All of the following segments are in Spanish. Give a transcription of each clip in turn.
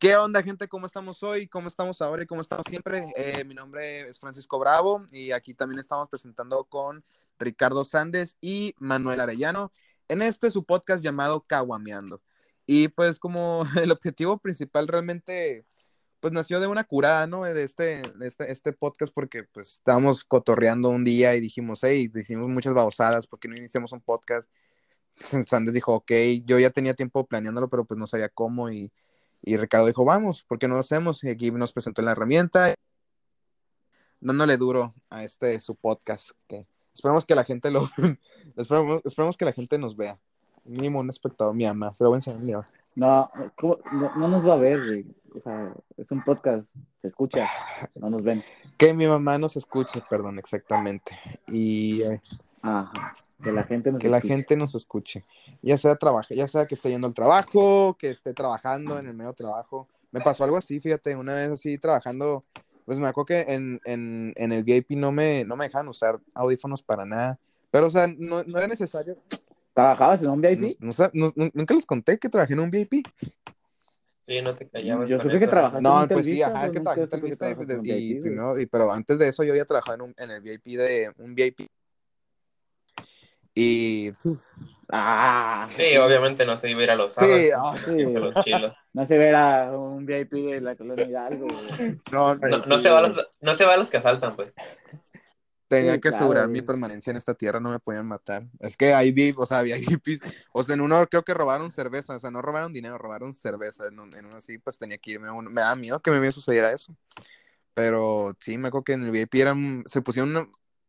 ¿Qué onda, gente? ¿Cómo estamos hoy? ¿Cómo estamos ahora y cómo estamos siempre? Mi nombre es Francisco Bravo y aquí también estamos presentando con Ricardo Sández y Manuel Arellano en su podcast llamado Caguameando. Y pues como el objetivo principal realmente pues nació de una curada, ¿no? De este podcast porque pues estábamos cotorreando un día y dijimos, hey, hicimos muchas babosadas, ¿por qué no iniciamos un podcast? Sández dijo, ok, yo ya tenía tiempo planeándolo, pero pues no sabía cómo y Ricardo dijo, vamos, ¿por qué no lo hacemos? Y aquí nos presentó la herramienta, dándole duro a su podcast. Que esperemos que la gente esperemos que la gente nos vea. Mínimo un espectador, mi ama. Se lo voy a enseñar, mi ama. No, no nos va a ver, güey. O sea, es un podcast, se escucha, no nos ven. Que mi mamá nos escuche, perdón, exactamente. Y Ajá, que la gente nos que la escuche. gente nos escuche. Ya sea que esté yendo al trabajo, que esté trabajando en el medio trabajo. Me pasó algo así, fíjate, una vez así trabajando, pues me acuerdo que en el VIP no me dejaban usar audífonos para nada. Pero, o sea, no era necesario. ¿Trabajabas en un VIP? Nunca les conté que trabajé en un VIP. Sí, no te callabas Yo con supe que eso, trabajaste en No, un pues sí, Telvista, ajá, es pero que trabajé nunca en supe que Telvista trabajaste en un VIP, güey. pero antes de eso yo ya trabajaba en el VIP de un VIP. Y Ah, Sí, obviamente no se iba a ir a los sí, sábados, sí. a los chilos. No se verá un VIP de la colonia Hidalgo, güey. no, No se va a los que asaltan, pues. tenía Sí, que claro, asegurar mi güey. permanencia en esta tierra, no me podían matar. Es que hay VIP, o sea, había VIPs, o sea, en uno creo que robaron cerveza, o sea, no robaron dinero, robaron cerveza. En uno así, pues tenía que irme a uno. Me da miedo que me sucediera eso. Pero sí, me acuerdo que en el VIP se pusieron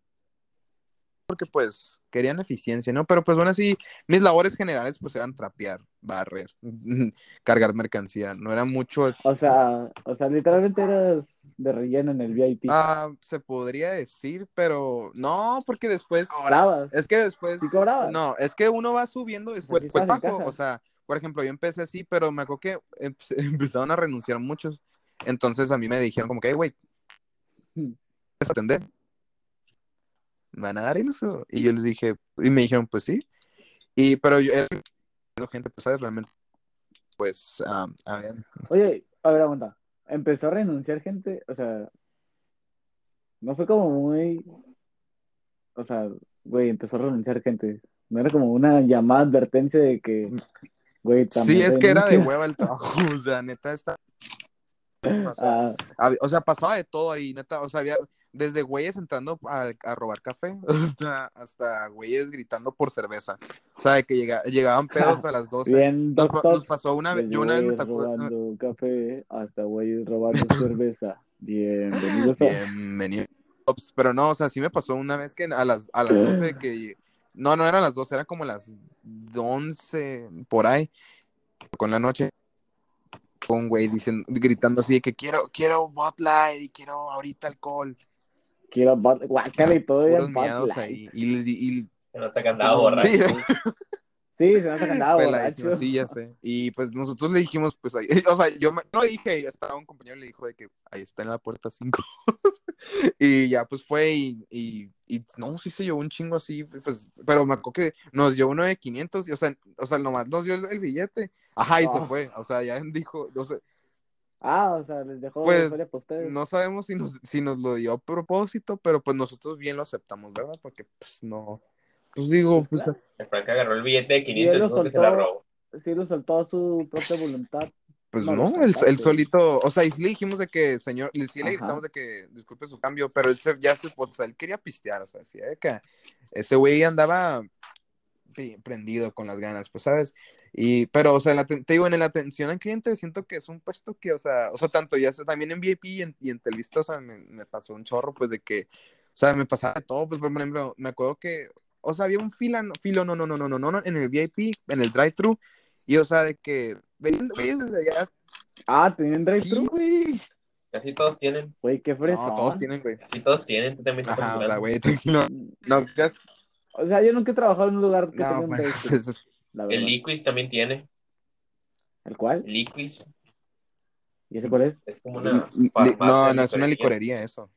porque pues querían eficiencia, ¿no? Pero pues bueno, así mis labores generales pues eran trapear, barrer, cargar mercancía, no era mucho. O sea, literalmente eras de relleno en el VIP. Se podría decir, pero no, porque después, ¿Cobrabas? es que después, ¿Sí cobrabas? no, es que uno va subiendo O sea, después, ¿sí pues estabas en bajo, o caja? sea, por ejemplo, yo empecé así, pero me acuerdo que empezaron a renunciar muchos, entonces a mí me dijeron como que, hey, güey, ¿vas a atender? ¿Me van a dar eso? Y yo les dije, y me dijeron, pues sí, pero yo era gente, pues, ¿sabes? Realmente, pues, a ver. Oye, a ver, aguanta. Empezó a renunciar gente, o sea, no fue como muy, o sea, güey, empezó a renunciar gente. No era como una llamada advertencia de que, güey, Sí, también es que era de renuncia. hueva el trabajo, o sea, neta, o sea, Ah, pasaba de todo ahí, neta, o sea, había desde güeyes entrando a robar café hasta güeyes gritando por cerveza, o sea, de que llegaban pedos a las 12. bien, Nos, toc, nos toc. pasó Desde yo una vez me güeyes tocó, robando café hasta güeyes robando cerveza. Bienvenidos a... bienvenido, pero no, o sea, sí me pasó una vez que a las 12 que, no eran las 12, eran como las 11 por ahí, con la noche, con güey gritando así de que quiero Bud Light y quiero ahorita alcohol. Quiero guácala y todavía Puros en Bud miados Light. ahí. Y Se nota que andaba Puros sí, borracho. miados. Sí, se nota que andaba peladísimo, borracho. sí, ya sé. Y pues nosotros le dijimos, pues ahí, o sea, yo no le dije, estaba un compañero y le dijo de que ahí está en la puerta 5. Y ya pues fue y no, sí se llevó un chingo así, pues, pero me acuerdo que nos dio uno de 500, y, o sea, nomás nos dio el billete. Ajá, y se Oh. fue, o sea, ya dijo, o sea, O sea, les dejó pues feria para ustedes. no sabemos si nos lo dio a propósito, pero pues nosotros bien lo aceptamos, ¿verdad? Porque pues no, pues digo, Pues pues claro. El Frank agarró el billete de Si él 500 y lo dijo que se la soltó, robó. si él lo soltó a su propia voluntad, pues no lo no, él asaltaste. solito, o sea, y sí le dijimos de que, señor, sí le Ajá. gritamos de que disculpe su cambio, pero o sea, él quería pistear, o sea, decía de que ese güey andaba sí, prendido con las ganas, pues, ¿sabes? Pero, o sea, te digo, en la atención al cliente siento que es un puesto que, o sea, tanto ya sea, también en VIP y en Televista, o sea, me pasó un chorro, pues, de que, o sea, me pasaba de todo, pues, por ejemplo, me acuerdo que, o sea, había un filo, no, en el VIP, en el drive-thru, y, o sea, de que, venían güeyes desde allá, ¿Tenían sí, drive-thru? güey, Casi todos tienen. Güey, qué no, todos fresón. tienen, güey, Casi todos tienen. Tú también estás ajá, o sea, jugando. güey, tranquilo, no, O sea, yo nunca he trabajado en un lugar que no, tenga un bueno, drive-thru, pues, la El verdad. Liquis también tiene. ¿El cual? El Liquis ¿Y ese cuál es? es como una no, farmacia, no, es una licorería. licorería eso.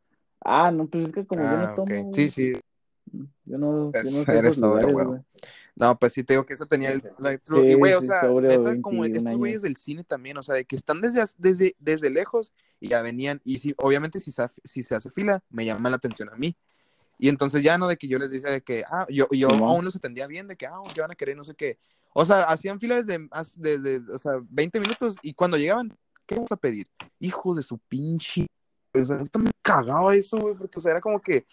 No, pues es que como yo no Ah, ok. tomo, Sí, güey. sí, Yo no fui a esos eres sobrio, lugares, güey. güey. No, pues sí, te digo que eso tenía Sí, el sí. drive-thru. Y, güey, Sí, o sí, sea, sobrio, neta, como 21 estos años. güeyes del cine también, o sea, de que están desde lejos y ya venían. Y sí, obviamente, si se hace fila, me llama la atención a mí. Y entonces ya no de que yo les decía de que, yo Simón. aún los atendía bien, de que, ¿qué van a querer? No sé qué. O sea, hacían fila o sea, 20 minutos y cuando llegaban, ¿qué vamos a pedir? Hijos de su pinche. O sea, ahorita me cagaba eso, güey, porque, o sea, era como que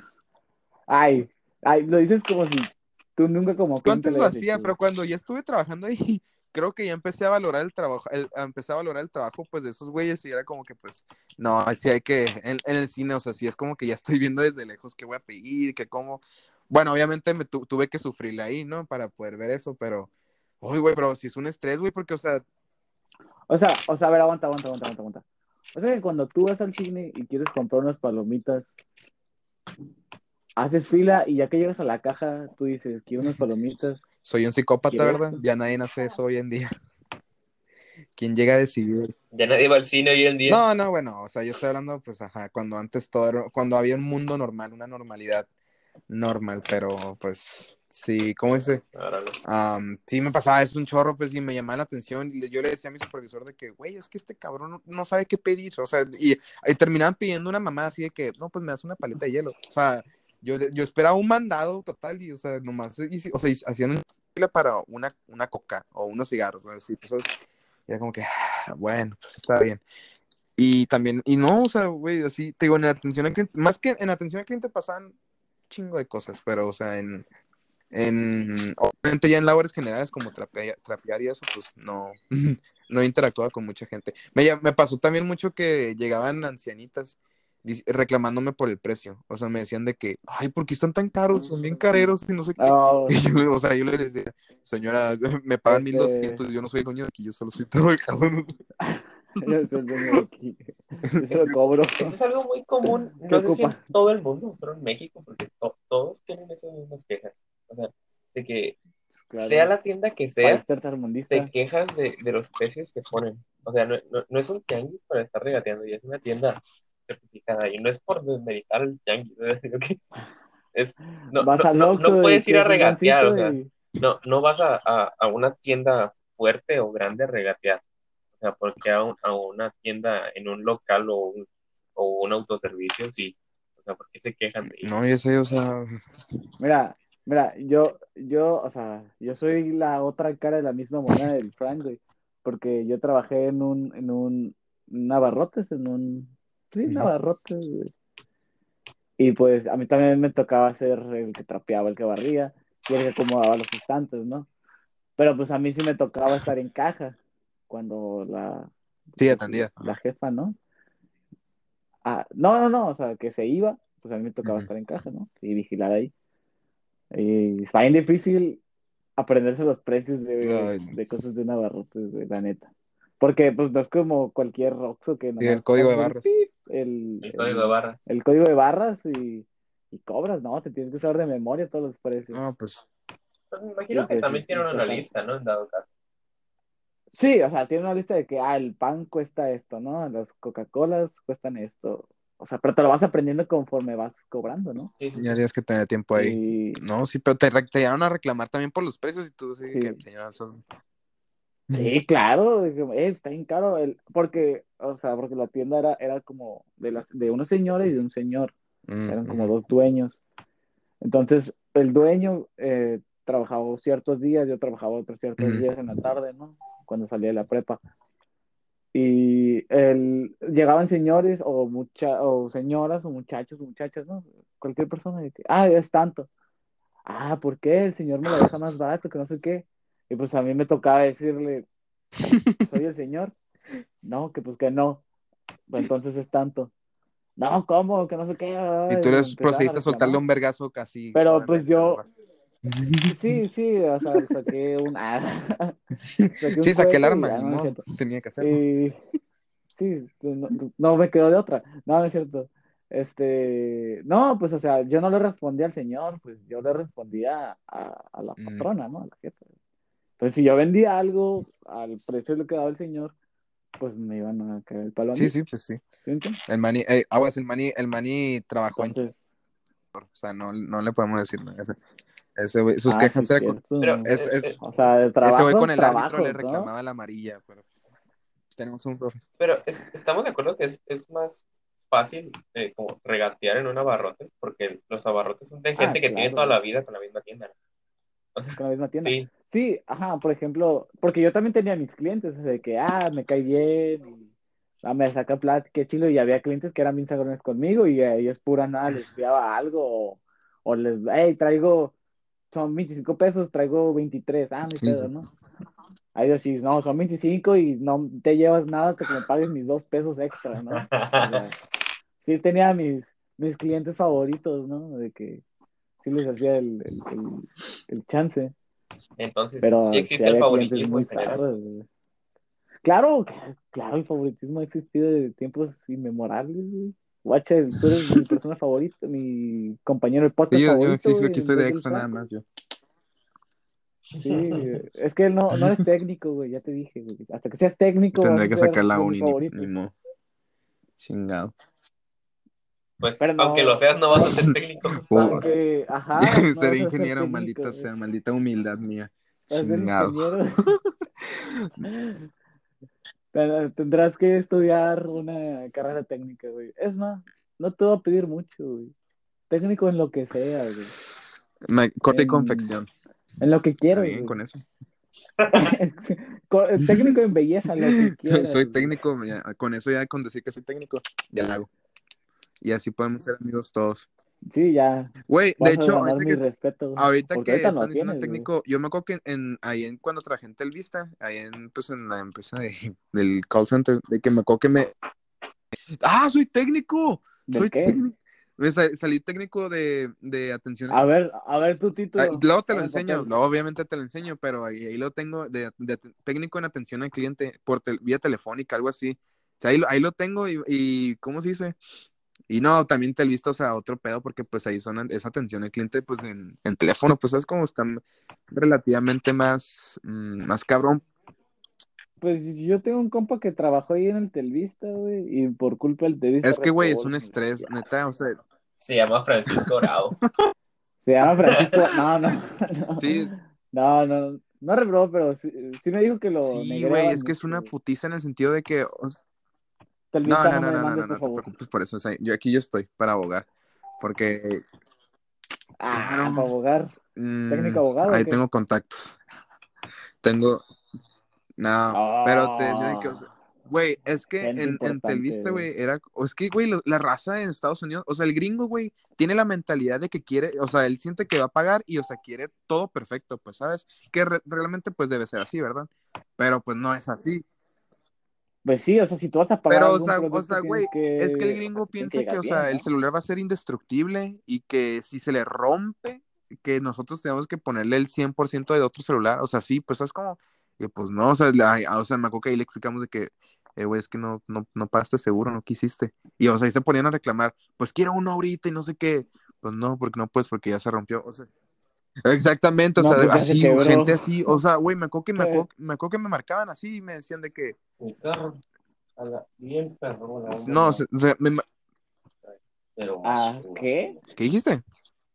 Ay, lo dices como si tú nunca como yo cliente antes lo lo hayas hacía, hecho, güey. pero cuando ya estuve trabajando ahí, creo que ya empecé a valorar el trabajo, empecé a valorar el trabajo, pues, de esos güeyes y era como que, pues, no, sí hay que, en el cine, o sea, sí es como que ya estoy viendo desde lejos qué voy a pedir, qué como, bueno, obviamente tuve que sufrirle ahí, ¿no? Para poder ver eso, pero, uy, güey, pero si es un estrés, güey, porque, o sea, O sea, a ver, aguanta. O sea que cuando tú vas al cine y quieres comprar unas palomitas, haces fila y ya que llegas a la caja, tú dices, quiero unas palomitas, soy un psicópata, quiero ¿verdad? esto. Ya nadie hace eso hoy en día. ¿Quién llega a decidir? Ya nadie va al cine hoy en día. No, no, bueno, o sea, yo estoy hablando, pues, ajá, cuando antes cuando había un mundo normal, una normalidad normal, pero pues sí, ¿cómo dice? Ahora no. Sí me pasaba, es un chorro, pues sí me llamaba la atención y yo le decía a mi supervisor de que, güey, es que este cabrón no sabe qué pedir, o sea, y terminaban pidiendo una mamá así de que, no, pues me das una paleta de hielo, o sea, yo esperaba un mandado total y, o sea, nomás, o sea, hacían una fila para una coca o unos cigarros, ¿no? Así, pues, y era como que, bueno, pues está bien. Y también, y no, o sea, güey, así, te digo, en atención al cliente, más que en atención al cliente pasaban chingo de cosas, pero, o sea, obviamente ya en labores generales como trapear y eso, pues no, no he interactuado con mucha gente. Me pasó también mucho que llegaban ancianitas reclamándome por el precio, o sea, me decían de que, ay, ¿por qué están tan caros? Son bien careros y no sé qué. No, Y o sea, yo les decía, señora, me pagan este, 1200, yo no soy el dueño de aquí, yo solo soy trabajador. yo soy el dueño de aquí, yo se lo Eso, cobro. eso es algo muy común, ¿Qué no sé si en ocupa? todo el mundo, solo en México, porque todos tienen esas mismas quejas. O sea, de que sea Claro, la tienda que país sea, te tercermundista. quejas de los precios que ponen. O sea, no es un tianguis para estar regateando, ya es una tienda certificada. Y no es por desmeritar el tianguis, ¿no? Sino que Vas al no Oxxo y puedes ir a quieres un regatear, o gansito sea, y... no vas a una tienda fuerte o grande a regatear. O sea, porque a una tienda en un local o un autoservicio, sí. O sea, ¿por qué se quejan de ello? No, yo sé, o sea, Mira, o sea, yo soy la otra cara de la misma moneda del Frank, güey, porque yo trabajé en un abarrotes, sí, un abarrotes, güey. Y pues a mí también me tocaba ser el que trapeaba, el que barría y el que acomodaba los estantes, ¿no? Pero pues a mí sí me tocaba estar en caja cuando sí, pues, atendía. la Ajá. jefa, ¿no? No, o sea, que se iba, pues a mí me tocaba Ujú. estar en caja, ¿no? Y vigilar ahí. Y está bien difícil aprenderse los precios de, Ay, de cosas de un abarrotes, güey, la neta. Porque pues no es como cualquier Oxxo que sí, el nomás código de haces el barras. pip, el, El código de el, barras. el código de barras y cobras, ¿no? Te tienes que saber de memoria todos los precios. No, pues, Pues me Y imagino que pues sí, también sí tienen está una sad. lista, ¿no? En dado caso. Sí, o sea, tiene una lista de que, el pan cuesta esto, ¿no? Las Coca-Colas cuestan esto. O sea, pero te lo vas aprendiendo conforme vas cobrando, ¿no? Sí, sí, ya sí. tienes que tener tiempo ahí. Y No, sí, pero te llegaron a reclamar también por los precios y tú sí que, sí, señora, sí, claro, dije, está bien caro, porque, o sea, porque la tienda era como de una señora y de un señor, eran como ujú. dos dueños. Entonces, el dueño trabajaba ciertos días, yo trabajaba otros ciertos Ujú. días en la tarde, ¿no? Cuando salía de la prepa. Y llegaban señores o señoras o muchachos o muchachas, ¿no? Cualquier persona, de que, es tanto. ¿Por qué? El señor me lo deja más barato, que no sé qué. Y pues a mí me tocaba decirle, soy el señor. No, que pues que no. Entonces es tanto. No, ¿cómo? Que no sé qué. Y Ay, tú me les empezaban a procediste a soltarle reclamar. un vergazo casi Pero pues suavemente, yo, ¿verdad? sí, sí, o sea, saqué saqué un Sí, saqué el cohete y arma, ya, ni no, no es modo, cierto. tenía que hacerlo. Y sí, no, no me quedó de otra. No, no es cierto. No, pues, o sea, yo no le respondí al señor, pues yo le respondía a la Mm, patrona, ¿no? A la jefa. Entonces, si yo vendía algo al precio que daba el señor, pues me iban a caer el palo a sí, mí. sí, pues sí. ¿Sí me entiendes? El mani trabajó en, Entonces, o sea, no le podemos decir nada. Ese güey, sus Ah, sí, quejas es eran cierto. Pero O sea, el ese trabajo güey con es el árbitro trabajo, le ¿no? reclamaba la amarilla, pero pues, tenemos un profe. estamos de acuerdo que es más fácil como regatear en un abarrote, porque los abarrotes son de Ah, gente que tiene toda claro, la vida con la misma tienda, ¿no? O sea, con la misma tienda. sí. Sí, ajá, por ejemplo, porque yo también tenía mis clientes, de que, me cae bien, y me saca plática, qué chilo, y había clientes que eran bien sagrones conmigo, y a ellos pura nada, les fiaba algo, o les, hey, traigo, son 25 pesos, traigo 23, no hay Sí, pedo, sí. ¿no? Ahí decís, no, son 25 y no te llevas nada hasta que me pagues mis 2 pesos extra, ¿no? O sea, sí tenía mis clientes favoritos, ¿no? De que sí les hacía el chance, Entonces, sí pero sí existe el había clientes favoritismo muy en general. zarros, güey. Claro, claro, el favoritismo ha existido de tiempos inmemorables, güey. Guacha, tú eres mi persona favorita, mi compañero de Sí, podcast yo favorito, sí, güey, aquí en estoy de vez del extra nada Franco. más yo. Sí, es que no eres técnico, güey, ya te dije, güey. Hasta que seas técnico vas Tendré a que ser sacar la de mis uni, ni favoritos. modo. Chingado. Pues, Pero aunque lo no, seas, no vas a ser técnico. aunque, ajá, no Seré vas a ser ingeniero, técnico, maldita güey. sea, maldita humildad mía. Vas a ser Chingado. ingeniero. Tendrás que estudiar una carrera técnica, güey. Es más, no te voy a pedir mucho, güey. Técnico en lo que sea, güey. Corte y En, confección. en lo que ¿Está quieras, bien güey. con eso? Técnico en belleza, lo que quieras, Soy güey. técnico, con eso ya con decir que soy técnico, ya la hago. Y así podemos ser amigos todos. Sí, ya Güey, de vas a hecho, ganar mi respeto, ahorita porque que ahorita están no diciendo tienes, güey. técnico, yo me acuerdo que ahí en cuando trabajé en Telvista, ahí pues en la empresa del call center, de que me acuerdo que ¡Ah, soy técnico! ¿Del Soy qué? técnico. Salí técnico de atención. A ver tu título. Luego te lo Dame el enseño, papel. luego obviamente te lo enseño, pero ahí lo tengo de técnico en atención al cliente por vía telefónica, algo así. O sea, ahí lo tengo y ¿cómo se dice? Y no, también te he visto, o sea, otro pedo, porque pues ahí es atención al cliente, pues en teléfono, pues es como están relativamente más cabrón. Pues yo tengo un compa que trabajó ahí en el Telvista, güey, y por culpa del Telvista Es que, güey, es reprobó la un estrés, universidad. neta, o sea, Se llama Francisco Bravo. Se llama Francisco. No, no, no. sí, No reprobó, pero sí me dijo que lo sí, güey, negreaban es que es mucho, una güey. putiza en el sentido de que, no, Telvista, no, no no, me no, no, demandes, no, por no te favor. preocupes por eso, o sea, yo estoy para abogar, porque, Para claro, abogar. ¿Técnico abogado o ahí qué? tengo contactos, tengo, no, pero te decía de que, o sea, Ah, güey, es que gente en Telvista, importante. güey, o es que, güey, la raza en Estados Unidos, o sea, el gringo, güey, tiene la mentalidad de que quiere, o sea, él siente que va a pagar y, o sea, quiere todo perfecto, pues, ¿sabes? Que realmente, pues, debe ser así, ¿verdad? Pero, pues, no es así. Pues sí, o sea, si tú vas a pagar Pero, algún o producto, sea, güey, es que el o sea, gringo te tiene que piensa que, llegar o bien, sea, el ¿no? celular va a ser indestructible y que si se le rompe, que nosotros tenemos que ponerle el 100% del otro celular. O sea, sí, pues es como, que pues no, o sea, o sea, me acuerdo que ahí le explicamos de que, güey, es que no pagaste seguro, no quisiste. Y, o sea, ahí se ponían a reclamar, pues quiero uno ahorita y no sé qué. Pues no, porque no puedes, porque ya se rompió. O sea, exactamente, o sea, No, pues ya se así, quebró. gente así, o sea, güey, me acuerdo que me marcaban así y me decían de que, Mi carro, bien perro, la onda, no, no, o sea, pero ¿Qué? ¿qué dijiste?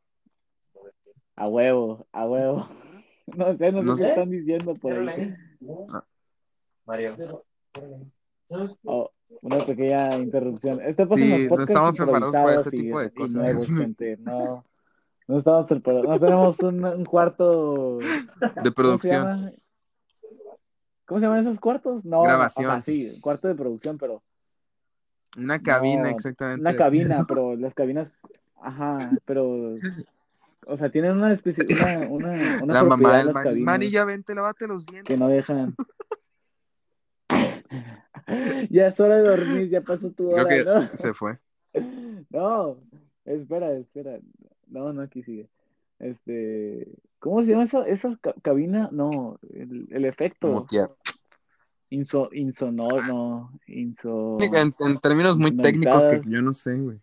A huevo, a huevo. No sé No, qué están diciendo por ahí. ah, Mario, ¿sabes qué? Oh, una pequeña interrupción. Este pasan los sí, no podcasts estamos preparados para improvisados ese tipo de y cosas. nuevos, gente. No estamos preparados. No tenemos un cuarto. De ¿Cómo se producción, llama? ¿Cómo se llaman esos cuartos? No, o sea, grabación, sí, cuarto de producción, pero una cabina, no, una exactamente. cabina, pero las cabinas, ajá, pero, o sea, tienen una La mamá propiedad del las Manny, Manny, cabinas ya vente, lávate los que dientes. no dejan. Ya es hora de dormir, ya pasó tu Creo hora, que ¿no? se fue. No, espera. No, aquí sigue. ¿Cómo se llama esa cabina? No, el efecto. Mutear. Insonor, no, En términos muy técnicos que insonorizadas. yo no sé, güey.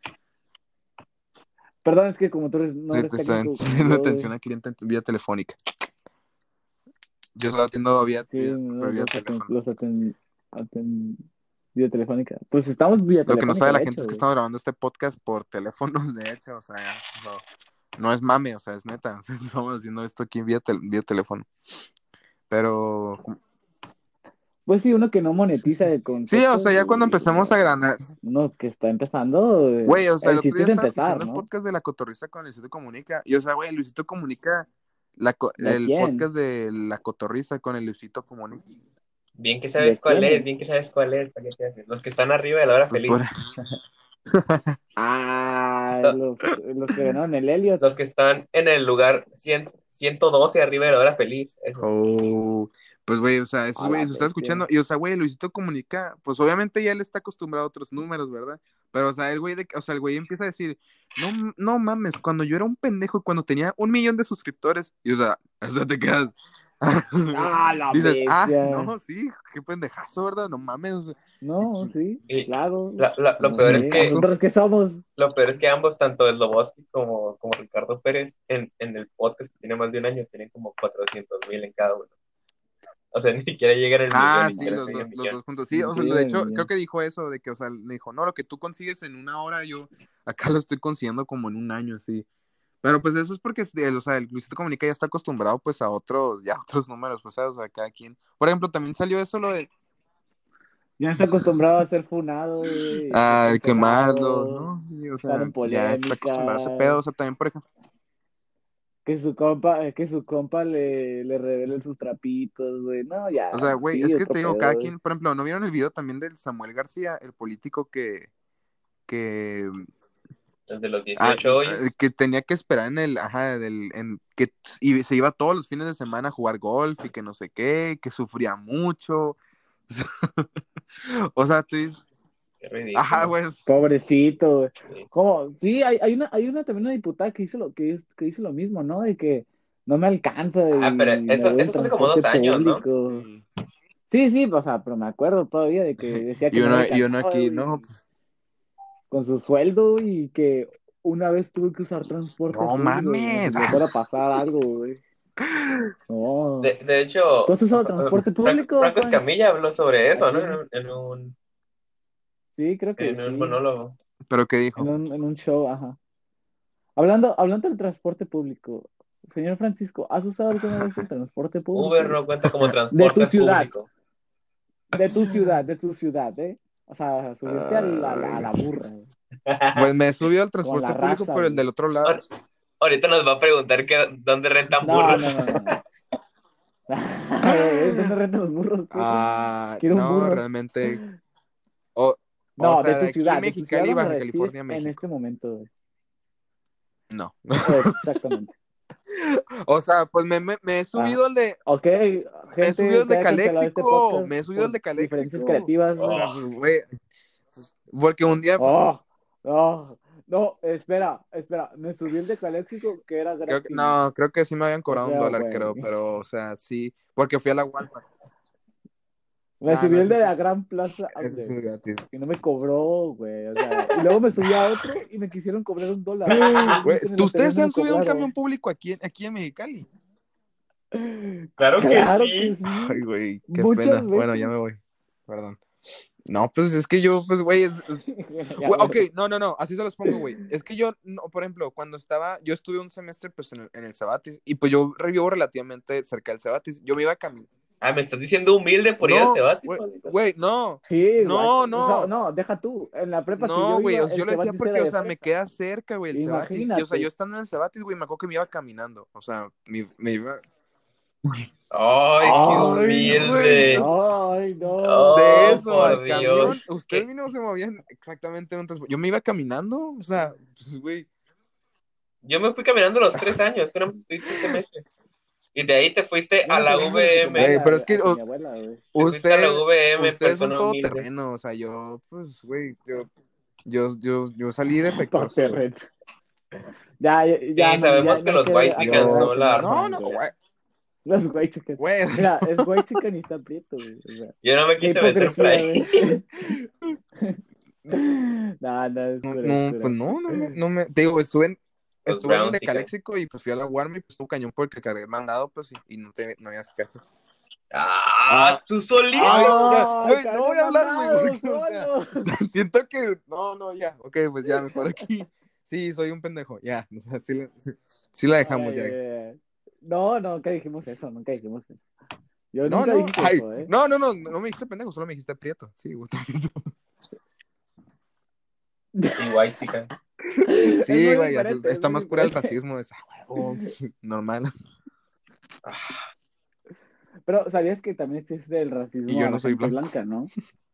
Perdón, es que como no Sí, eres te estoy técnico como teniendo yo, atención güey. al cliente en vía telefónica. Yo solo atiendo Sí, por vía los teléfono. vía telefónica. Pues estamos vía Lo que no telefónica, sabe la de gente hecho, es que güey. estamos grabando este podcast por teléfonos, de hecho, o sea, no. No es mame, o sea, es neta. O sea, estamos haciendo esto aquí vía teléfono. Pero Pues sí, uno que no monetiza el sí, o concepto, sea, ya cuando empezamos a ganar, uno que está empezando, güey, o sea, el el otro chiste día es estaba empezar, escuchando el ¿no? podcast de La Cotorrisa con Luisito Comunica, y o sea, güey, Luisito Comunica, ¿De el quién? podcast de La Cotorrisa con el Luisito Comunica, Bien que ¿De sabes cuál es, quién? bien que sabes cuál es, ¿para qué te haces? Los que están arriba de la hora pues por... feliz. Ah, Lo- los que ganaron el Elliot. Los que están en el lugar 100, 112 arriba de la hora feliz. Eso. Oh, pues güey, o sea, esos A la güeyes, se está bestia. escuchando, y o sea, güey, Luisito Comunica, pues obviamente ya él está acostumbrado a otros números, ¿verdad? Pero, o sea, o sea, el güey empieza a decir, no, no mames, cuando yo era un pendejo, cuando tenía 1 millón de suscriptores, y o sea, te quedas, Ah, la dices, bestia. no, sí, qué pendejazo, ¿verdad? No mames, o sea, No, sí, Y claro. lo No peor es sé, que pendejazo. ¿nosotros qué somos? lo peor es que ambos, tanto el Loboski como Ricardo Pérez, en el podcast que tiene más de un año, tienen como 400,000 en cada uno. O sea, ni siquiera llegan al millón, Ah, ni sí, siquiera medio los millón. dos juntos. Sí, Ni o sea, siquiera de el hecho, creo millón. que dijo eso, de que, o sea, me dijo, no, lo que tú consigues en 1 hora, yo acá lo estoy consiguiendo como en un año, así. Pero pues eso es porque, o sea, el Luisito Comunica ya está acostumbrado pues a otros, ya a otros números, pues, ¿sabes? O sea, cada quien. Por ejemplo, también salió eso lo de Ya está acostumbrado a ser funado, güey, a ser quemarlos, cancelado, ¿no? Sí, o estar sea, en ya está acostumbrado a ese pedo, o polémicas, sea, también, por ejemplo, que su compa le revele sus trapitos, güey. No, ya, o sea, güey, sí, es que otro te digo, pedo, cada güey. quien, por ejemplo, ¿no vieron el video también del Samuel García, el político que Desde los Ah, 18 hoyos. que tenía que esperar que se iba todos los fines de semana a jugar golf y que no sé qué, que sufría mucho. O sea, tú dices, Qué ajá, ridículo. güey. Pobrecito, güey. Sí. ¿Cómo? Sí, hay una también una diputada que hizo lo mismo, ¿no? De que no me alcanza Ah, pero y me voy en eso fue hace como transporte 2 años, ¿no? público. Sí. Sí, sí, o sea, pero me acuerdo todavía de que decía que Y no le uno alcanzaba, aquí, no, güey, pues, con su sueldo y que una vez tuve que usar transporte no público como si mames. me fuera a pasar algo, güey. No. De hecho, ¿Tú has usado transporte público, Franco Juan? Escamilla habló sobre eso, ¿no? Aquí en... Sí, creo que En un sí. monólogo. ¿Pero qué En dijo? un, en un show, ajá. Hablando del transporte público, señor Francisco, ¿has usado alguna vez el transporte Uber público? no cuenta como De tu transporte ciudad, público. de tu ciudad, ¿eh? O sea, subirte a Ay, la burra, pues me he subido al con la transporte público, raza, pero el güey. del otro lado. Ahor- Ahorita nos va a preguntar dónde rentan No, burros. no, no, no. ¿Dónde rentan los burros? ¿Qué? Quiero un No, burro. realmente. O No, sea, de aquí, de tu ciudad Mexicali, donde Baja resides California, en México. este momento, güey. No. Exactamente. O sea, pues me he Ah, subido al de, ok, me he subido gente el que de haya cancelado este Caléxico, podcast me he subido el por de diferencias Caléxico. creativas, O güey. sea, pues, güey, pues, porque un día, pues, Oh, no, no, espera, me subí el de Caléxico que era gratis. creo que sí me habían O cobrado un sea, dólar, creo, güey. pero, o sea, sí, porque fui a la Walmart. Me No, subí el de la Gran Plaza ese sí Outlet es gratis. y no me cobró, güey. O sea, y luego me subí a otro y me quisieron cobrar $1. Güey, Simplemente en el anterior ¿ustedes no se han me subido a un camión cobraron. público aquí en Mexicali? Claro que Claro que sí. Ay, sí, güey, qué muchas pena. Bueno, ya veces. me voy, perdón. No, pues es que yo, pues, güey, Ya, güey, ok, güey. no, así se los pongo, güey. Es que yo, no, por ejemplo, yo estuve un semestre, pues, en el Cebatis, y pues yo vivo relativamente cerca del Cebatis. Yo me iba a caminar. Ah, me estás diciendo humilde por ir al No, Cebatis, güey, Pablito. no, Sí, güey. no, No, no, no, deja tú. En la prepa que no, yo güey. iba, Yo el lo decía Cebatis era porque, o de sea, me fresa. queda cerca, güey, el Cebatis. Y, o sea, yo Imagínate. estando en el Cebatis, güey, me acuerdo que me iba caminando. O sea, me iba. Ay, qué Ay, güey, humilde. Ay, no. de Oh, eso al por camión, Dios. ustedes mismos se movían exactamente en un transporte. Yo me iba caminando, o sea, pues, güey. Yo me fui caminando los 3 años, tú no me estuviste un semestre. Y de ahí te fuiste Yo a me la fui caminando hacia tu Güey, VM. abuela, pero güey. es que Hacia mi abuela, güey. Te fuiste a la VM, ustedes son persona todo humilde. terreno, o sea, yo, pues, güey, yo salí Todo defectuoso, güey. terreno. Ya, ya, ya, Sí, no, ya sabemos no que hay los que whitexicans aclarar Yo, al no la señor no, arman. Juan, no, güey. güey, Los white güey, Mira, es white y está prieto, güey. O sea, Yo no me qué quise meter por hipocresía, ahí. güey. No, no, es no, pura, es no, pues pura. no me, te digo, Los estuve en el de brownsicans. Caléxico y pues fui a la Warm y pues estuvo cañón porque cargué el mandado, pues, y no había queja. ¡Ah! Ah, ¡Tú solito! ay, ya, ¡Ay, güey, no carga voy a hablar, güey, mandado porque, o sea, solo! siento que, no, ya, ok, pues ya, mejor aquí. Sí, soy un pendejo. Ya, o sea, sí la dejamos ya. No, nunca dijimos eso, nunca dijimos eso. Yo No, nunca no, dije ay, eso, ¿eh? no me dijiste pendejo, solo me dijiste prieto. Sí, güey. Y white chica. Es Sí, muy güey, diferente, es está muy más cura el diferente. racismo, normal. Pero ¿sabías que también existe el Y racismo yo a no la soy gente blanco. blanca, ¿no?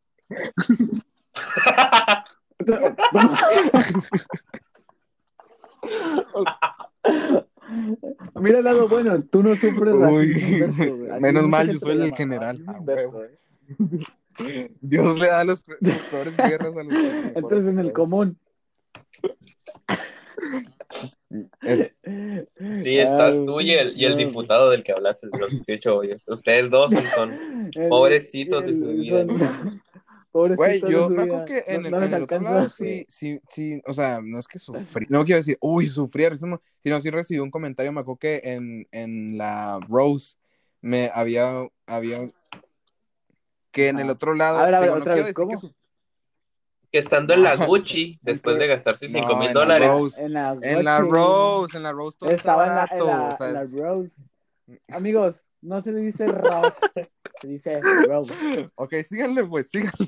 Mira el lado bueno, tú no sufres Uy, racismo inverso, güey. Así menos mucha mal, yo gente lo soy el llama, general. racismo A inverso, huevo. Dios le da sus peores guerras a los mejores Entras en el guerreros. común. Sí, estás tú y el No, diputado del que hablaste de los 18 hoyos. Ustedes dos son pobrecitos de su vida. Güey, Pobrecitos de yo su me acuerdo vida. que No, en no les el otro alcanza. lado sí, o sea, no es que sufrí, no quiero decir, uy, sufrí racismo, sino sí recibí un comentario, me acuerdo que en la Rose había que en el Ajá. otro lado, A ver, digo, no otra quiero vez, decir que ¿cómo? Que estando en no, la Gucci, ¿En después de qué? gastarse 5 no, mil dólares, En la En la Rose todo está Estaba barato, o sea, en la Rose. Amigos, no se dice Rose, se dice Rose. ok, síganle pues, síganle.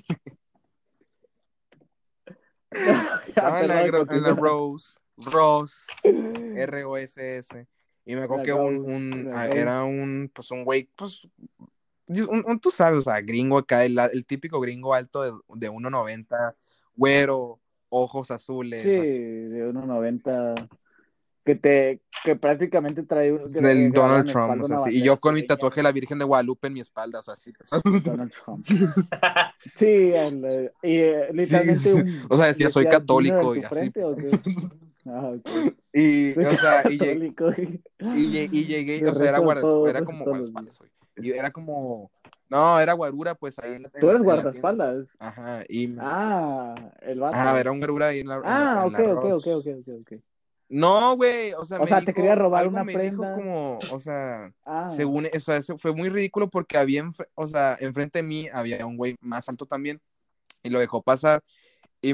No, ya, Estaba perdón, en la continúa. Rose, ROSS, y me acuerdo La que Rose, la Rose. era pues un güey, pues, tú sabes, o sea, gringo acá, el típico gringo alto de 1.90, güero, ojos Sí, azules, así. de 1.90 que prácticamente trae El grabado Donald en la Trump, o espalda sea, una sí, y bandera yo con mi sureña, tatuaje de la Virgen de Guadalupe en mi espalda, o sea, sí. Donald Trump. Sí, Sí, literalmente o sea, decía, soy decía dinero en católico y tu así, frente pues. o qué. Ah, ok. Y, Soy o sea, católico. y llegué, Le o sea, rezo a todo, era rezo como todos los días. guardaespaldas, güey. Y era como, no, era guarura, pues ahí Tú eres en la tienda, pues. guardaespaldas. Ajá, Ah, el ajá, vato. era un guarura ahí Ah, en ok, la ok, ok, ok, Ross. ok, ok. No, güey, o sea, O me sea, te quería dijo, robar algo una me dijo prenda. como, o sea, Ah, según, o sea, eso fue muy ridículo porque había, o sea, enfrente de mí había un güey más alto también y lo dejó pasar y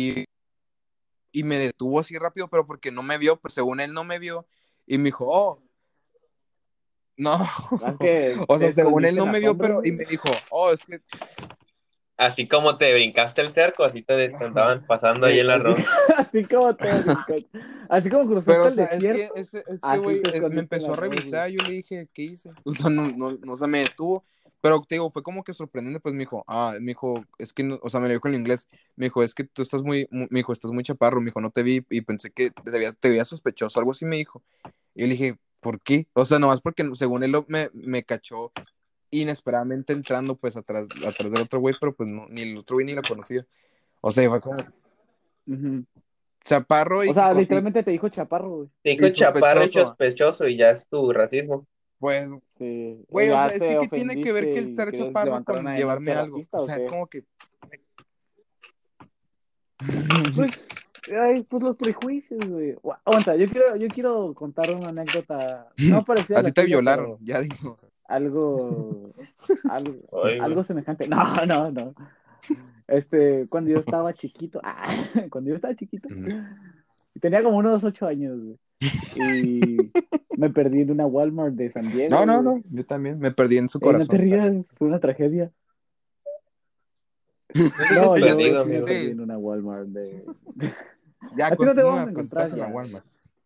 y me detuvo así rápido, pero porque no me vio, pues según él no me vio y me dijo, oh, no, es que o te sea, según él escondiste en no la me vio, sombra, pero, y güey. me dijo, oh, es que, así como te brincaste el cerco, así te andaban pasando ahí en la Así, Rose. así como te brincaste. Así como pero, cruzaste o el sea, desierto, es que, así güey, te me escondiste en la empezó a Rose. revisar, yo le dije, ¿qué hice? O sea, o sea, me detuvo, pero te digo, fue como que sorprendente, pues me dijo, me dijo, es que, o sea, me lo dijo en inglés, me dijo, es que tú estás me dijo, estás muy chaparro, me dijo, no te vi, y pensé que te veía sospechoso, algo así me dijo, y yo le dije, ¿por qué? O sea, nomás porque según él me cachó inesperadamente entrando, pues, atrás del otro güey, pero pues no, ni el otro güey ni lo conocía, o sea, fue como Ujú. chaparro O sea, literalmente te dijo chaparro, güey. Te dijo y chaparro y sospechoso, sospechoso y ya es tu racismo. pues, Sí, güey, o sea, ya es que te ¿qué tiene que ver ofendiste que el y ser querías chaparro levantar una con denuncia llevarme algo? O racista o sea, es qué. como que... Pues, ay, pues los prejuicios, güey. Aguanta, yo quiero contar una anécdota, no parecida a A ti la te tuya, violaron, pero ya digo. O sea. algo, algo, Ay, güey. algo semejante. No, no, no. Cuando yo estaba chiquito, cuando yo estaba chiquito, tenía como unos 8 años, güey, y me perdí en una Walmart de San No, Diego, no, güey. no, yo también me perdí en su Ey, no te corazón rías, también. fue una tragedia. No sigues No, yo perdido, sí me amigo. perdí Sí, en una Walmart ya A ti no te vamos continúa, a pues encontrar estás en la ya. Walmart.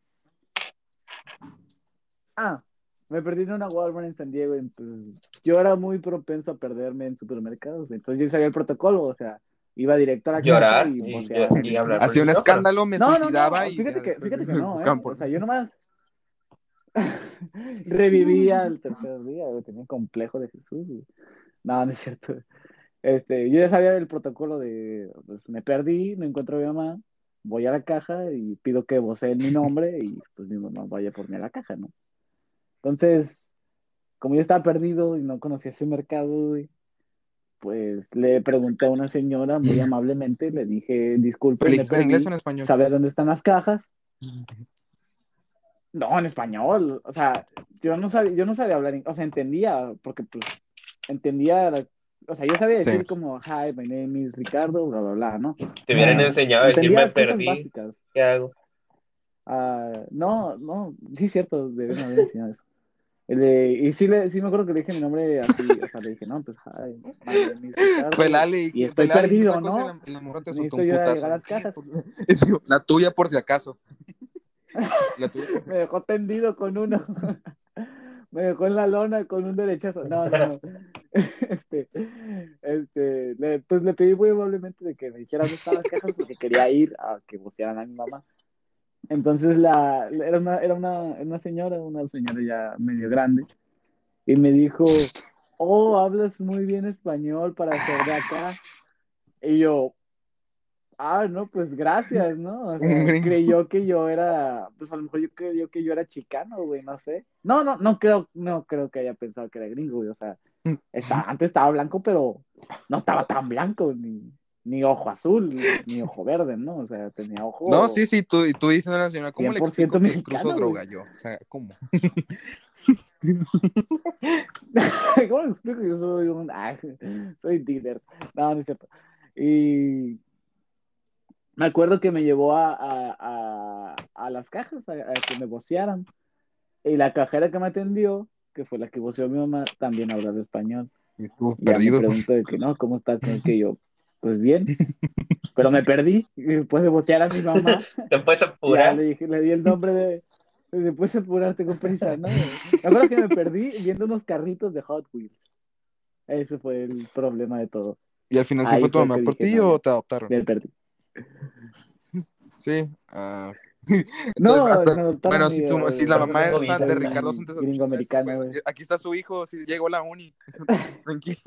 Me perdí en una Walmart en San Diego. Pues, yo era muy propenso a perderme en supermercados. Entonces yo sabía el protocolo, o sea, iba directo a la caja Llorar y voceaba en el y hablar por micrófono. el Hacía un micrófono. escándalo, me No, no, suicidaba no. y ya Fíjate después que me no, ¿eh? buscaban O por... sea, yo nomás revivía el tercer día, güey. Tenía un complejo de Jesús, güey. No, no es cierto. Yo ya sabía el protocolo de, pues me perdí, no encuentro a mi mamá, voy a la caja y pido que voceen mi nombre y pues mi mamá vaya por mí a la caja, ¿no? Entonces, como yo estaba perdido y no conocía ese mercado, güey, pues le pregunté a una señora muy amablemente, le dije, ¿Pero disculpe, le me dijiste en inglés o perdí, en español? ¿sabe dónde están las cajas? No, en español, o sea, yo no sabía hablar, o sea, entendía, porque pues entendía, o sea, yo sabía Sí. decir como, hi, my name is Ricardo, bla, bla, bla, ¿no? Te hubieran enseñado a decir me Entendía cosas perdí. básicas. ¿Qué hago? No, sí es cierto, deben haber enseñado eso. Y sí me acuerdo que le dije mi nombre así, o sea, le dije, no, pues, ay, my name is Ricardo, y estoy Pelale y perdido, otra cosa ¿no? y la morra te soltó Necesito un yo a llegar putazo. a las cajas. La tuya por si acaso. La tuya por si Me dejó tendido con uno. Me dejó en la lona con un derechazo. No. Este, pues le pedí muy amablemente de que me dijera dónde estaban las cajas porque quería ir a que vocearan a mi mamá. Entonces era una señora ya medio grande, y me dijo, oh, hablas muy bien español para ser de acá. Y yo, no, pues gracias, ¿no? O un sea, gringo. creyó que yo era, pues a lo mejor yo creyó que yo era chicano, güey, no sé. No creo que haya pensado que era gringo, güey. O sea, antes estaba blanco, pero no estaba tan blanco, ni ojo azul, ni ojo verde, ¿no? O sea, tenía No, ojo sí, tú dices a la señora, ¿cómo le 100% explico que cruzo mexicano, güey. droga yo? O sea, ¿cómo? ¿Cómo le explico? Yo soy dealer. No es cierto. Y me acuerdo que me llevó a las cajas a que me vocearan. Y la cajera que me atendió, que fue la que voceó a mi mamá, también hablaba español. Y tú, Y ya me perdido. preguntó de que, no, ¿cómo estás? No, que yo, pues bien, pero me perdí. Y después de vocear a mi mamá, ¿Te puedes ya apurar? le di el nombre después de apurar, tengo prisa, ¿no? Me acuerdo que me perdí viendo unos carritos de Hot Wheels. Ese fue el problema de todo. ¿Y al final sí Ahí fue tu fue mamá que por dije, ti no, o ya, te adoptaron? me perdí. Sí. Entonces, No, hasta, me bueno, adoptaron y si la Por mamá cinco es fan de visas. Ricardo soy antes de gringo escuchar eso, americano, pues güey. aquí está su hijo, sí, llegó a la uni. Tranquilo.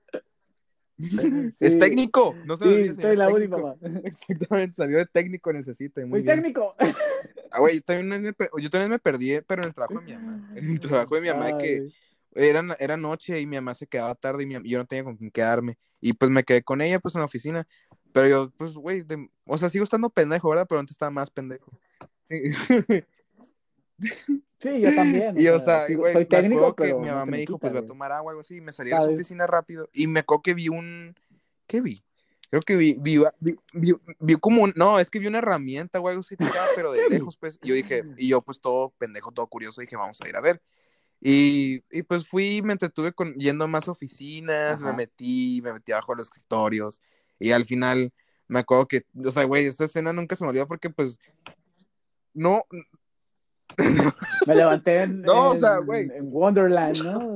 Es Sí, técnico, no se sí, me olvide, señor, estoy en es la uni, técnico. mamá. Exactamente, salió de técnico, necesita, muy ¡Soy bien. técnico! Güey, yo también me perdí, pero en el trabajo de mi mamá. En el trabajo de mi mamá, de Ay, que güey. era noche y mi mamá se quedaba tarde y yo no tenía con quién quedarme. Y pues me quedé con ella, pues en la oficina. Pero yo, pues, güey, o sea, sigo estando pendejo, ¿verdad? Pero antes estaba más pendejo. Sí. Sí, yo también, o Y, o sea, sea, sigo, güey, soy me técnico, acuerdo que mi pero no mamá se me me dijo, quita, pues, voy a güey, tomar agua o algo así. Y me salí de su ¿sabes? oficina rápido. Y me acuerdo que ¿qué vi? Creo que vi como no, es que vi una herramienta o algo así tirada, pero de ¿Qué vi? lejos, pues. Y yo dije, y yo, pues, todo pendejo, todo curioso, dije, vamos a ir a ver. Y pues fui, me entretuve yendo a más oficinas, Ajá. me metí abajo de los escritorios. Y al final me acuerdo que, o sea, güey, esta escena nunca se me olvidó porque, pues, no, Me levanté en, no, o sea, en, güey, en Wonderland, ¿no?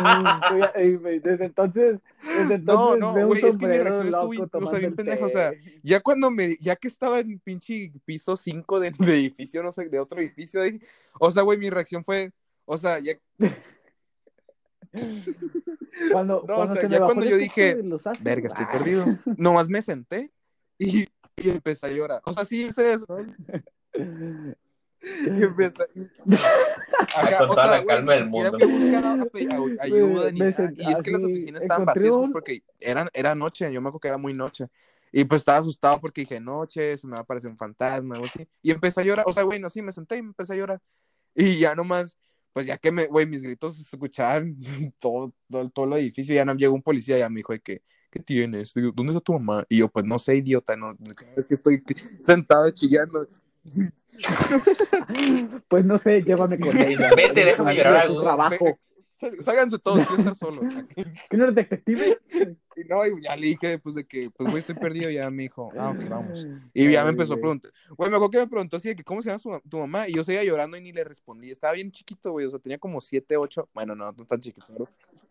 Desde entonces no, veo un güey, es que mi sombrero reacción estuvo, loco o sea, tomando bien el pendejo, o sea, té. ya que estaba en pinche piso 5 de edificio, no sé, de otro edificio ahí, o sea, güey, mi reacción fue, o sea, Cuando, no, o cuando sea, se me ya bajó cuando el yo efecto dije, de los verga, ácidos. estoy perdido, nomás me senté y empecé a llorar, o sea, sí hice eso, ¿no? Y empecé, ajá, Con o toda sea, la güey, calma ni del siquiera fui mundo. a buscar ayuda ni Me nada. senté Y es que las así, oficinas estaban encontré vacías, pues un... porque era noche, yo me acuerdo que era muy noche. Y pues estaba asustado porque dije, noche, se me va a aparecer un fantasma, algo así. Y empecé a llorar, o sea, güey, no, sí, me senté y me empecé a llorar. Y ya nomás, pues ya que güey, mis gritos se escuchaban todo el edificio, ya no llegó un policía, ya me dijo de que, ¿qué tienes? Digo, ¿dónde está tu mamá? Y yo, pues no sé, idiota, no, es que estoy sentado chillando. Pues no sé, llévame con ella. Vete, déjame llorar Hacía a su gusto. trabajo. Sálganse todos, quiero estar solo. ¿Que no eres detective? Y no, y ya le dije, pues, de que, pues, güey, estoy perdido. Ya me dijo, ok, vamos. Y ya me Ay, empezó a güey. preguntar. Güey, me acuerdo que me preguntó así de que, ¿cómo se llama tu mamá? Y yo seguía llorando y ni le respondí. Estaba bien chiquito, güey. O sea, tenía como 7, 8. Bueno, no tan chiquito, ¿no?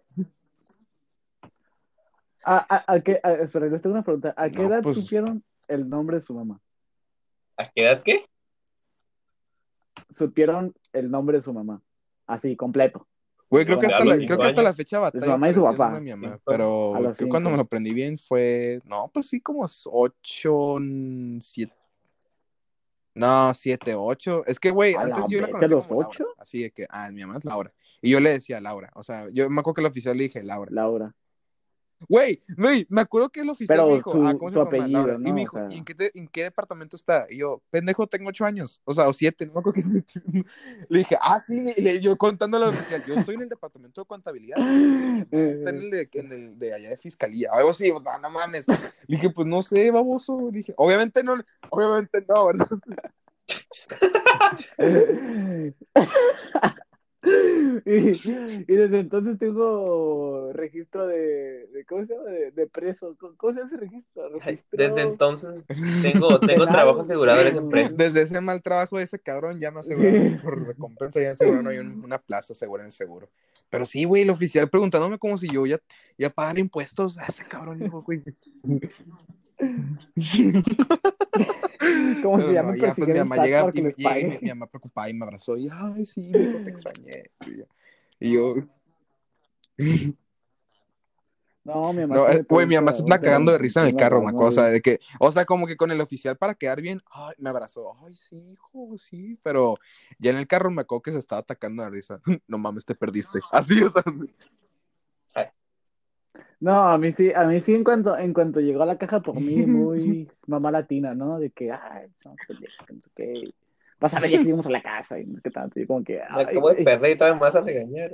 Espera, les tengo una pregunta. ¿A qué No, edad pues, supieron el nombre de su mamá? ¿A qué edad qué? Supieron el nombre de su mamá. Así, completo. güey, No sé, a los creo cinco que hasta la años. fecha De su batalla mamá y para su decir el nombre de papá. mi mamá. Cinco. A Pero los creo que cuando me 5. lo aprendí bien fue, no, pues sí, como 8, 7. No, 7, 8. Es que, güey, A la antes yo la vez, a conocía los como Laura. 8. Así de que, mi mamá es Laura. Y yo le decía Laura. O sea, yo me acuerdo que el oficial le dije Laura. Laura. Güey, me acuerdo que el oficial me Pero dijo, ¿cómo se su llama tu mamá? Laura. apellido, Y me ¿no? O dijo, ¿y sea. en qué departamento está? Y yo, pendejo, tengo 8 años. O sea, o 7, no me acuerdo qué. Le dije, sí, yo contándole al oficial, yo estoy en el departamento de contabilidad. Y mi mamá está en el de allá de fiscalía. Algo así, no mames. Le dije, pues no sé, baboso. Le dije, obviamente no, ¿verdad? Y desde entonces tengo registro de ¿cómo se llama? De preso. ¿Cómo se llama ese registro? Desde Registro entonces tengo penal. trabajo asegurado en esa empresa. Desde ese mal trabajo de ese cabrón ya me Sí. aseguraron por recompensa, ya aseguraron hay una plaza segura en el seguro. Pero sí, güey, el oficial preguntándome como si yo ya pagara impuestos a ese cabrón, digo, güey. Como si Pero ya no, me ya pues mi persiguiera el mamá SAT llega para que les llega y pague. mi mamá preocupada y me abrazó y, ay, sí, hijo, te extrañé. Y yo, No, mi mamá no, sí me güey, mi mamá pregunta, se está ahorita cagando de cuando risa en el tengo la carro, me acuerdo, o sea, paranoia. de que, o sea, como que con el oficial para quedar bien, ay, me abrazó, ay, sí, hijo, sí, pero ya en el carro me acuerdo que se estaba atacando de risa, no mames, te perdiste, así, o sea, No, a mí sí en cuanto llegó a la caja por mí, muy mamá latina, ¿no? De que, ay, no, que no sé qué. Vas a ver ya que llegamos a la casa y no sé qué tanto. Y como que, Me ay, acabo de güey. perder y todavía me vas a regañar.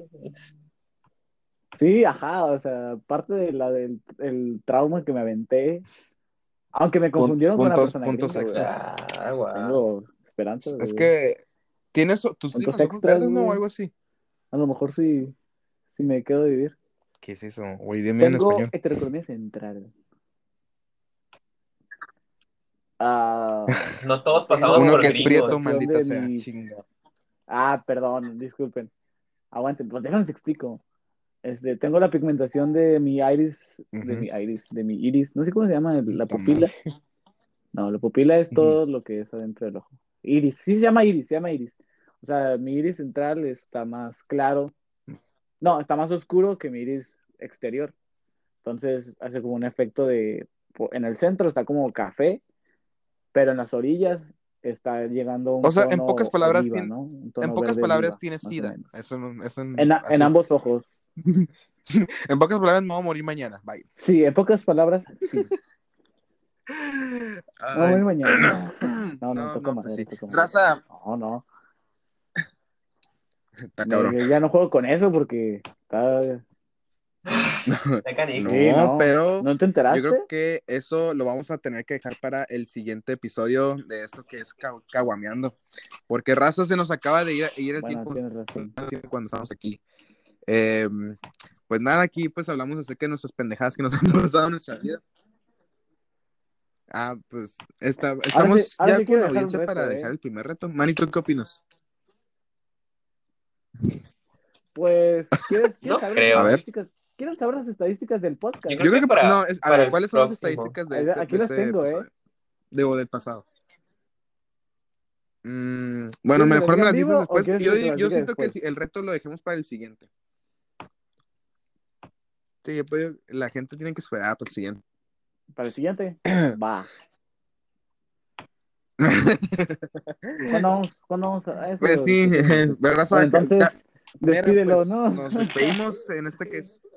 Sí, ajá, o sea, parte de el trauma que me aventé, aunque me confundieron con una persona puntos gringa, güey. extras. Ah, guau. Tengo esperanzas Es de que tú tienes puntos los ojos extras, verdes, ¿no? O güey. algo así. A lo mejor sí me quedo de vivir. ¿Qué es eso? Güey, dime en Tengo español. heterocromía central. Ah, No todos pasamos tengo Uno por que es prieto, gringos. pigmentación maldita de sea, mis... chinga. Ah, perdón, disculpen. Aguanten, pues déjenme les explico. Tengo la pigmentación de mi iris, Ujú. de mi iris, no sé cómo se llama, la Ta madre. pupila. No, la pupila es Ujú. todo lo que es adentro del ojo. Iris, sí se llama iris, se llama iris. O sea, mi iris central está más claro. No, está más oscuro que mi iris exterior. Entonces hace como un efecto en el centro está como café, pero en las orillas está llegando a O un sea, tono oliva, ¿no? Un en tono pocas verde palabras oliva, tienes más o sida. menos. Eso, En así. ambos ojos. En pocas palabras me voy a morir mañana. Bye. Sí, en pocas palabras, sí. Me voy a Ay. morir mañana. No, no, No, toco no, pues madera, sí. toco madera. Raza, No, no. está cabrón. Ya no juego con eso porque está... Está canijo. Sí, No, no. pero ¿No te yo creo enteraste? que eso lo vamos a tener que dejar para el siguiente episodio de esto que es caguameando. Porque raza se nos acaba de ir el Bueno, tiempo tienes razón. cuando estamos aquí. Eh, pues nada, aquí pues hablamos acerca de nuestras pendejadas que nos han pasado en nuestra vida. Ah, pues estamos Ahora ya sí con quiero dejar un audiencia para reto, dejar ¿eh? el primer reto. Manito, ¿qué opinas? Pues, No saber las A creo. ver, estadísticas? ¿Quieren saber las estadísticas del Yo podcast? creo yo creo que que no, a para ver, el ¿cuáles son las próximo. estadísticas Aquí de las este tengo, ¿eh? episodio? Del pasado. Bueno, ¿Quieres que las mejor diga me en las dices vivo o después. quieres que te las Yo diga siento que después? el reto lo dejemos para el siguiente. Sí, pues la gente tiene que esperar para el siguiente. Para el siguiente. Va. ¿Cuándo vamos a Pues eso? sí, Discutimos después. ¿verdad? Bueno, entonces, Mira, despídelo, pues ¿no? nos despedimos en este que es.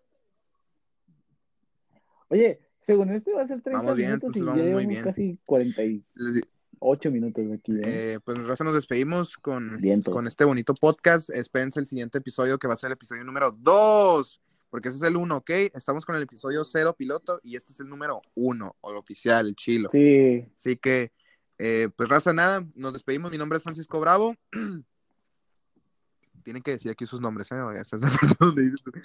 Oye, según este va a ser 30 Vamos bien, minutos entonces y ya vamos muy llevamos bien. casi 48 minutos aquí, ¿eh? Pues raza, nos despedimos Vientos. con este bonito podcast. Espérense el siguiente episodio que va a ser el episodio número 2, porque ese es el 1, ¿ok? Estamos con el episodio 0 piloto y este es el número 1, o el oficial, el chilo. Sí. Así que, pues raza, nada, nos despedimos. Mi nombre es Francisco Bravo. Tienen que decir aquí sus nombres, ¿eh? Esa es la parte donde dices tú.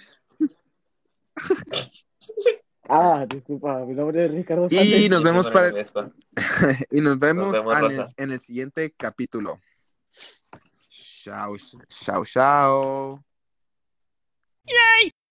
Ah, disculpa, mi nombre es Ricardo Y Sández. nos Yo vemos tengo la y nos Nos vemos vemos, Rosa. en el siguiente capítulo. Chao, chao, chao.